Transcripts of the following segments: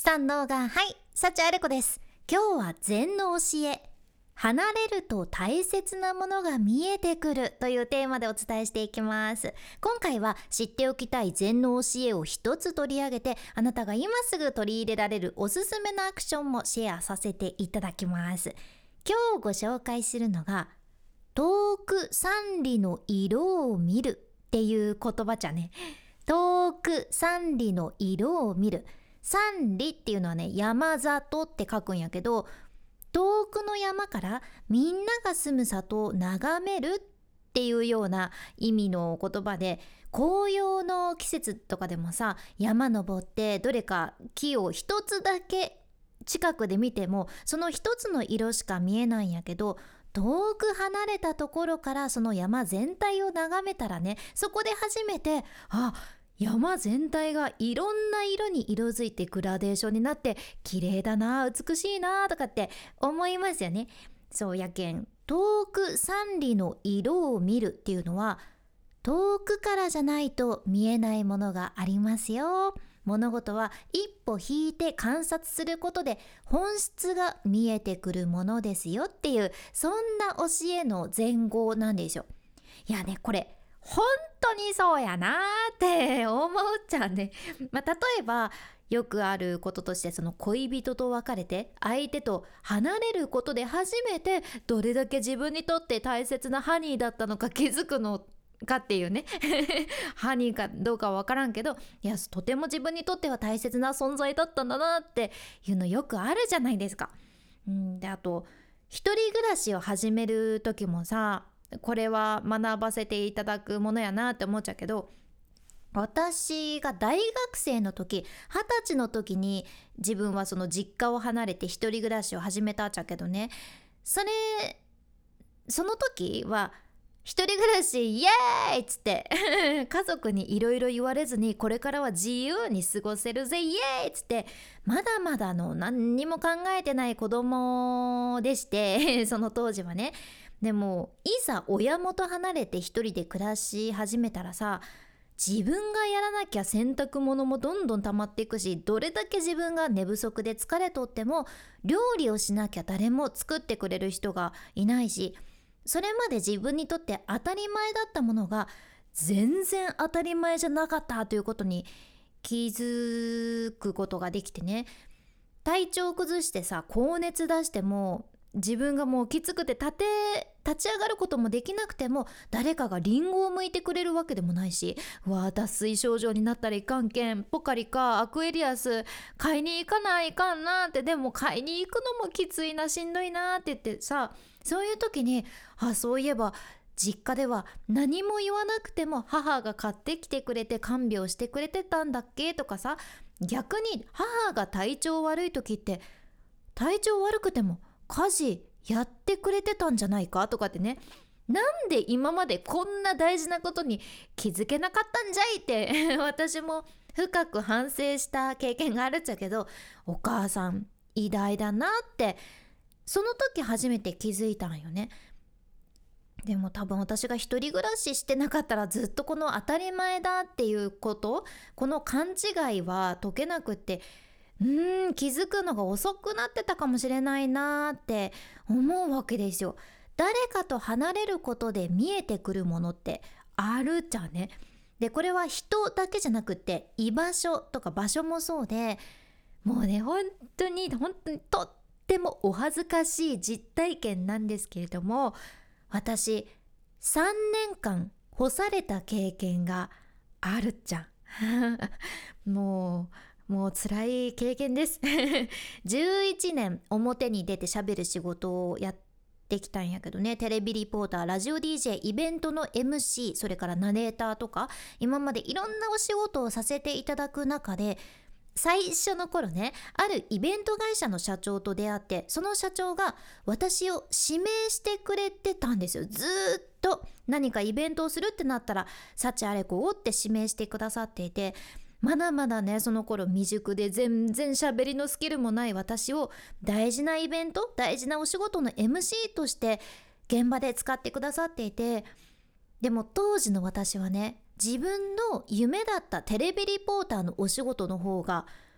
三能が幸あれ子です。今日は禅の教え、離れると大切なものが見えてくるというテーマでお伝えしていきます。今回は知っておきたい禅の教えを一つ取り上げて、あなたが今すぐ取り入れられるおすすめのアクションもシェアさせていただきます。今日ご紹介するのが、遠く三里の色を見るっていう言葉じゃね。遠く三里の色を見る。三里っていうのはね、山里って書くんやけど、遠くの山からみんなが住む里を眺めるっていうような意味の言葉で、紅葉の季節とかでもさ、山登ってどれか木を一つだけ近くで見てもその一つの色しか見えないんやけど、遠く離れたところからその山全体を眺めたらね、そこで初めて山全体がいろんな色に色づいてグラデーションになって綺麗だな、美しいなとかって思いますよね。そうやけん、遠く三里の色を見るっていうのは、遠くからじゃないと見えないものがありますよ。物事は一歩引いて観察することで本質が見えてくるものですよっていう、そんな教えの前後なんですよ。いやね、これ本当にそうやなって思っちゃうね。例えばよくあることとして、その恋人と別れて相手と離れることで初めてどれだけ自分にとって大切なハニーだったのか気づくのかっていうねハニーかどうかは分からんけど、いやとても自分にとっては大切な存在だったんだなっていうのよくあるじゃないですか。で、あと一人暮らしを始める時もさ、これは学ばせていただくものやなって思っちゃうけど、私が大学生の時、20歳の時に自分はその実家を離れて一人暮らしを始めたっちゃけどね、その時は一人暮らしイエーイっつって家族にいろいろ言われずに、これからは自由に過ごせるぜイエーイっつって、まだまだの何にも考えてない子供でしてその当時はね。でもいざ親元離れて一人で暮らし始めたらさ、自分がやらなきゃ洗濯物もどんどん溜まっていくし、どれだけ自分が寝不足で疲れとっても料理をしなきゃ誰も作ってくれる人がいないし、それまで自分にとって当たり前だったものが全然当たり前じゃなかったということに気づくことができてね。体調を崩してさ、高熱出しても自分がもうきつくて立ち上がることもできなくても、誰かがリンゴを剥いてくれるわけでもないし、脱水症状になったらいかんけん、ポカリかアクエリアス買いに行かないかんなって、でも買いに行くのもきついな、しんどいなって言ってさ、そういう時にそういえば実家では何も言わなくても母が買ってきてくれて看病してくれてたんだっけとかさ、逆に母が体調悪い時って、体調悪くても家事やってくれてたんじゃないかとかってね、なんで今までこんな大事なことに気づけなかったんじゃいって私も深く反省した経験があるっちゃけど、お母さん偉大だなってその時初めて気づいたんよね。でも多分私が一人暮らししてなかったら、ずっとこの当たり前だっていうこと、この勘違いは解けなくって、気づくのが遅くなってたかもしれないなって思うわけですよ。誰かと離れることで見えてくるものってあるじゃんね。で、これは人だけじゃなくって居場所とか場所もそうで、もうね、本当にとってもお恥ずかしい実体験なんですけれども、私3年間干された経験があるっちゃんもう辛い経験です11年表に出て喋る仕事をやってきたんやけどね、テレビリポーター、ラジオ DJ、イベントの MC、それからナレーターとか、今までいろんなお仕事をさせていただく中で、最初の頃ね、あるイベント会社の社長と出会って、その社長が私を指名してくれてたんですよ。ずーっと何かイベントをするってなったら幸あれ子をって指名してくださっていて、まだまだね、その頃未熟で全然喋りのスキルもない私を大事なイベント、大事なお仕事の MC として現場で使ってくださっていて、でも当時の私はね、自分の夢だったテレビリポーターのお仕事の方が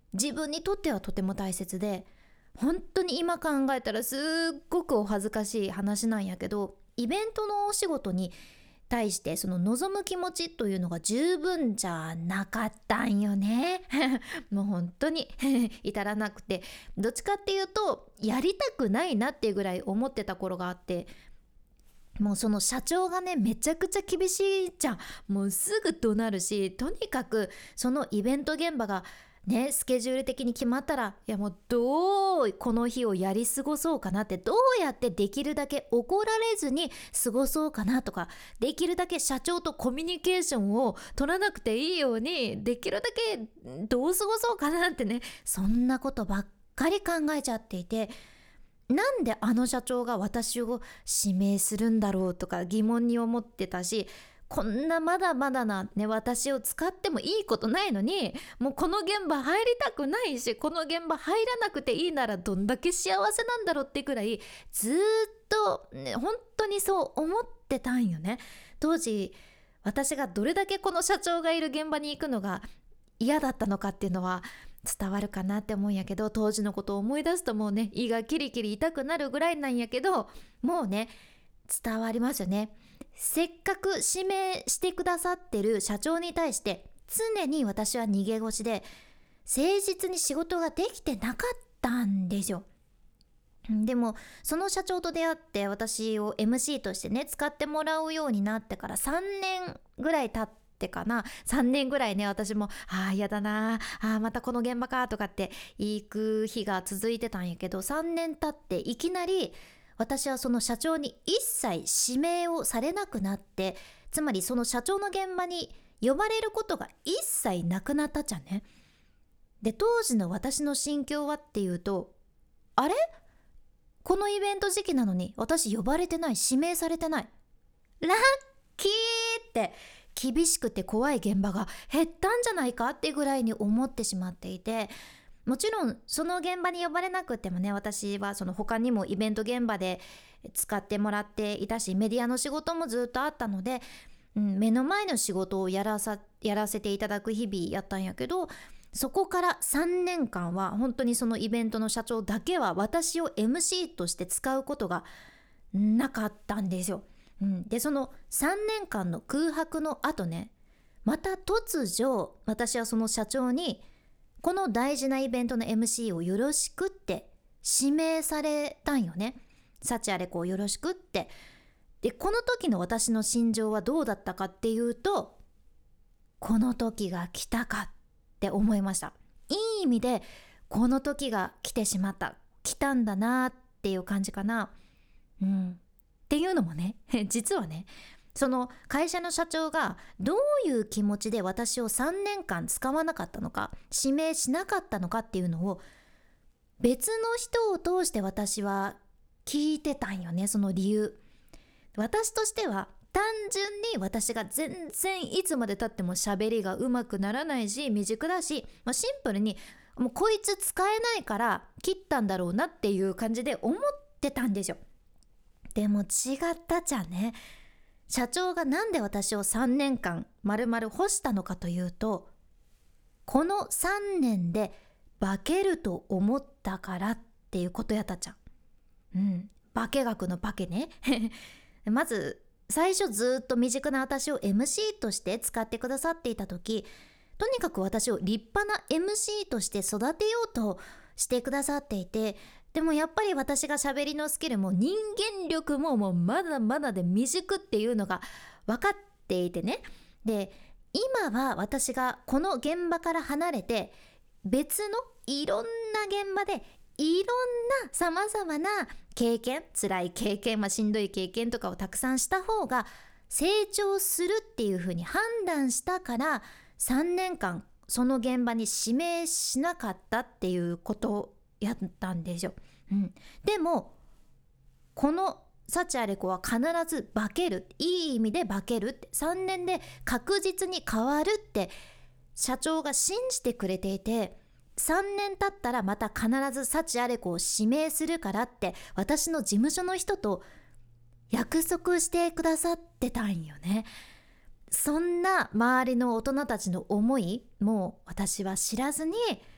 自分にとってはとても大切で、本当に今考えたらすっごくお恥ずかしい話なんやけど、イベントのお仕事に対してその望む気持ちというのが十分じゃなかったんよねもう本当に至らなくて、どっちかっていうとやりたくないなっていうぐらい思ってた頃があって、もうその社長がねめちゃくちゃ厳しいじゃん。もうすぐ怒鳴るし、とにかくそのイベント現場がねスケジュール的に決まったら、いやもうどうこの日をやり過ごそうかなって、どうやってできるだけ怒られずに過ごそうかなとか、できるだけ社長とコミュニケーションを取らなくていいように、できるだけどう過ごそうかなってね、そんなことばっかり考えちゃっていて、なんであの社長が私を指名するんだろうとか疑問に思ってたし、こんなまだまだなね私を使ってもいいことないのに、もうこの現場入りたくないし、この現場入らなくていいならどんだけ幸せなんだろうってくらい、ずっとね本当にそう思ってたんよね。当時私がどれだけこの社長がいる現場に行くのが嫌だったのかっていうのは伝わるかなって思うんやけど、当時のことを思い出すともうね胃がキリキリ痛くなるぐらいなんやけど、もうね伝わりますよね。せっかく指名してくださってる社長に対して常に私は逃げ腰で誠実に仕事ができてなかったんですよ。でもその社長と出会って私を MC としてね使ってもらうようになってから3年ぐらい経ってかな、3年ぐらいね私も嫌だなまたこの現場かとかって行く日が続いてたんやけど、3年経っていきなり私はその社長に一切指名をされなくなって、つまりその社長の現場に呼ばれることが一切なくなったじゃんね。で当時の私の心境はっていうと、あれこのイベント時期なのに私呼ばれてない、指名されてない、ラッキーって厳しくて怖い現場が減ったんじゃないかってぐらいに思ってしまっていて、もちろんその現場に呼ばれなくてもね、私はその他にもイベント現場で使ってもらっていたし、メディアの仕事もずっとあったので、目の前の仕事をやらせていただく日々やったんやけど、そこから3年間は本当にそのイベントの社長だけは私を MC として使うことがなかったんですよ。でその3年間の空白の後ね、また突如私はその社長にこの大事なイベントの MC をよろしくって指名されたんよね。幸あれこうよろしくって。でこの時の私の心情はどうだったかっていうと、この時が来たかって思いました。いい意味でこの時が来てしまった、来たんだなっていう感じかな。っていうのもね実はね、その会社の社長がどういう気持ちで私を3年間使わなかったのか、指名しなかったのかっていうのを別の人を通して私は聞いてたんよね。その理由、私としては単純に私が全然いつまで経っても喋りが上手くならないし未熟だし、シンプルにもうこいつ使えないから切ったんだろうなっていう感じで思ってたんですよ。でも違ったじゃんね。社長がなんで私を3年間丸々干したのかというと、この3年で化けると思ったからっていうことやったじゃん。化学の化けねまず最初ずっと未熟な私を MC として使ってくださっていた時、とにかく私を立派な MC として育てようとしてくださっていて、でもやっぱり私が喋りのスキルも人間力ももうまだまだで未熟っていうのが分かっていてね。で今は私がこの現場から離れて別のいろんな現場でいろんなさまざまな経験、辛い経験、しんどい経験とかをたくさんした方が成長するっていうふうに判断したから、3年間その現場に指名しなかったっていうことをやったんですよ。でもこの幸あれ子は必ず化ける、いい意味で化けるって、3年で確実に変わるって社長が信じてくれていて、3年経ったらまた必ず幸あれ子を指名するからって私の事務所の人と約束してくださってたんよね。そんな周りの大人たちの思いも私は知らずに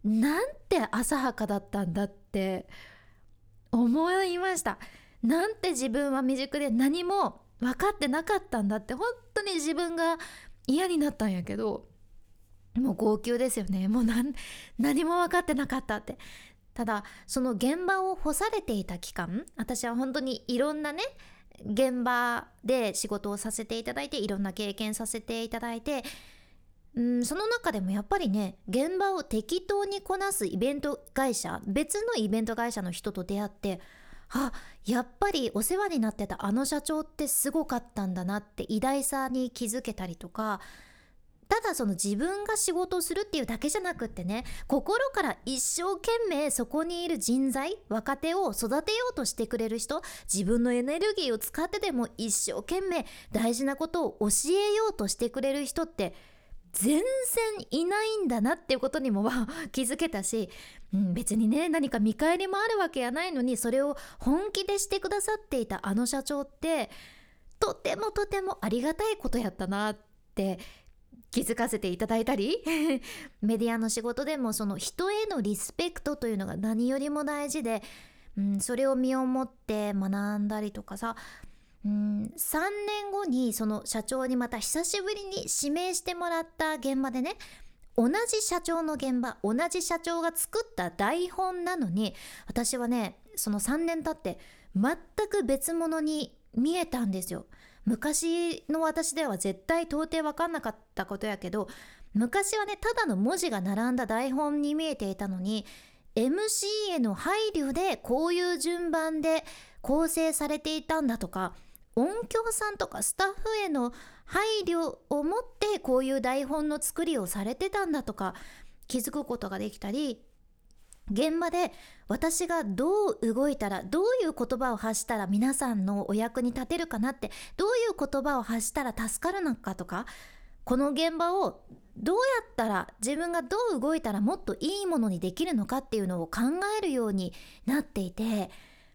なんて浅はかだったんだって思いました。なんて自分は未熟で何も分かってなかったんだって、本当に自分が嫌になったんやけど、もう号泣ですよね。もう何も分かってなかったって。ただその現場を干されていた期間、私は本当にいろんなね現場で仕事をさせていただいて、いろんな経験させていただいて、その中でもやっぱりね、現場を適当にこなすイベント会社、別のイベント会社の人と出会って、やっぱりお世話になってたあの社長ってすごかったんだなって偉大さに気づけたりとか、ただその自分が仕事をするっていうだけじゃなくってね、心から一生懸命そこにいる人材、若手を育てようとしてくれる人、自分のエネルギーを使ってでも一生懸命大事なことを教えようとしてくれる人って全然いないんだなっていうことにも気づけたし、別にね何か見返りもあるわけやないのに、それを本気でしてくださっていたあの社長ってとてもとてもありがたいことやったなって気づかせていただいたりメディアの仕事でもその人へのリスペクトというのが何よりも大事で、それを身をもって学んだりとかさ、3年後にその社長にまた久しぶりに指名してもらった現場でね、同じ社長の現場、同じ社長が作った台本なのに、私はねその3年経って全く別物に見えたんですよ。昔の私では絶対到底分かんなかったことやけど、昔はねただの文字が並んだ台本に見えていたのに、 MC への配慮でこういう順番で構成されていたんだとか、音響さんとかスタッフへの配慮を持ってこういう台本の作りをされてたんだとか気づくことができたり、現場で私がどう動いたら、どういう言葉を発したら皆さんのお役に立てるかなって、どういう言葉を発したら助かるのかとか、この現場をどうやったら、自分がどう動いたらもっといいものにできるのかっていうのを考えるようになっていて、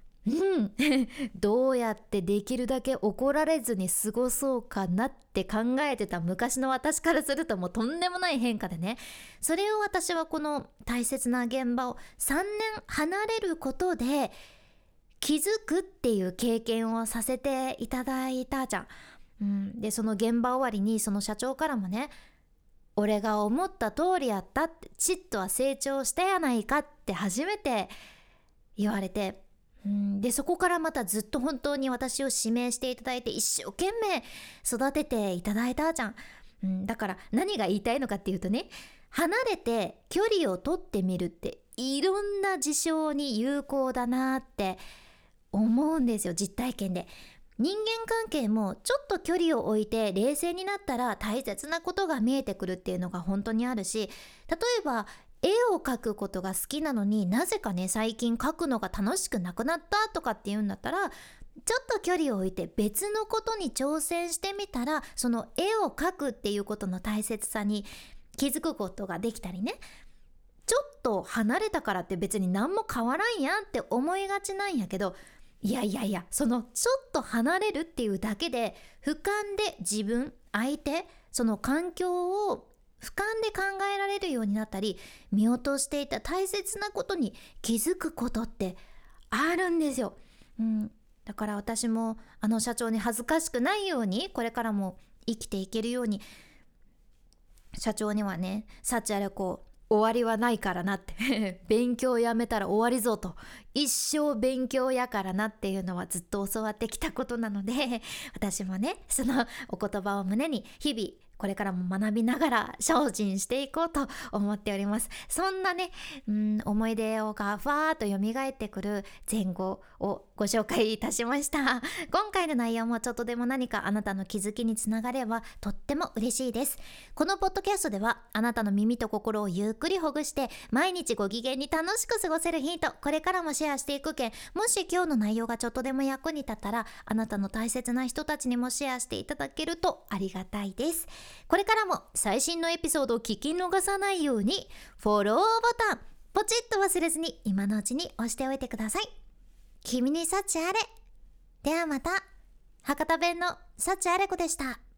どうやってできるだけ怒られずに過ごそうかなって考えてた昔の私からするともうとんでもない変化でね、それを私はこの大切な現場を3年離れることで気づくっていう経験をさせていただいたじゃん。でその現場終わりにその社長からもね、俺が思った通りやったって、ちっとは成長したやないかって初めて言われて、でそこからまたずっと本当に私を指名していただいて一生懸命育てていただいたじゃん。だから何が言いたいのかっていうとね、離れて距離を取ってみるっていろんな事象に有効だなって思うんですよ、実体験で。人間関係もちょっと距離を置いて冷静になったら大切なことが見えてくるっていうのが本当にあるし、例えば絵を描くことが好きなのになぜかね最近描くのが楽しくなくなったとかっていうんだったら、ちょっと距離を置いて別のことに挑戦してみたら、その絵を描くっていうことの大切さに気づくことができたりね。ちょっと離れたからって別に何も変わらんやんって思いがちなんやけど、いやそのちょっと離れるっていうだけで俯瞰で自分、相手、その環境を俯瞰で考えられるようになったり、見落としていた大切なことに気づくことってあるんですよ。だから私もあの社長に恥ずかしくないように、これからも生きていけるように、社長にはね、幸あれこう終わりはないからなって勉強やめたら終わりぞと、一生勉強やからなっていうのはずっと教わってきたことなので、私もねそのお言葉を胸に日々これからも学びながら精進していこうと思っております。そんなね、思い出がふわーっと蘇ってくる前後をご紹介いたしました。今回の内容もちょっとでも何かあなたの気づきにつながればとっても嬉しいです。このポッドキャストではあなたの耳と心をゆっくりほぐして毎日ご機嫌に楽しく過ごせるヒント、これからもシェアしていくけん、もし今日の内容がちょっとでも役に立ったらあなたの大切な人たちにもシェアしていただけるとありがたいです。これからも最新のエピソードを聞き逃さないようにフォローボタンポチッと忘れずに今のうちに押しておいてください。君に幸あれ。ではまた。博多弁の幸あれ子でした。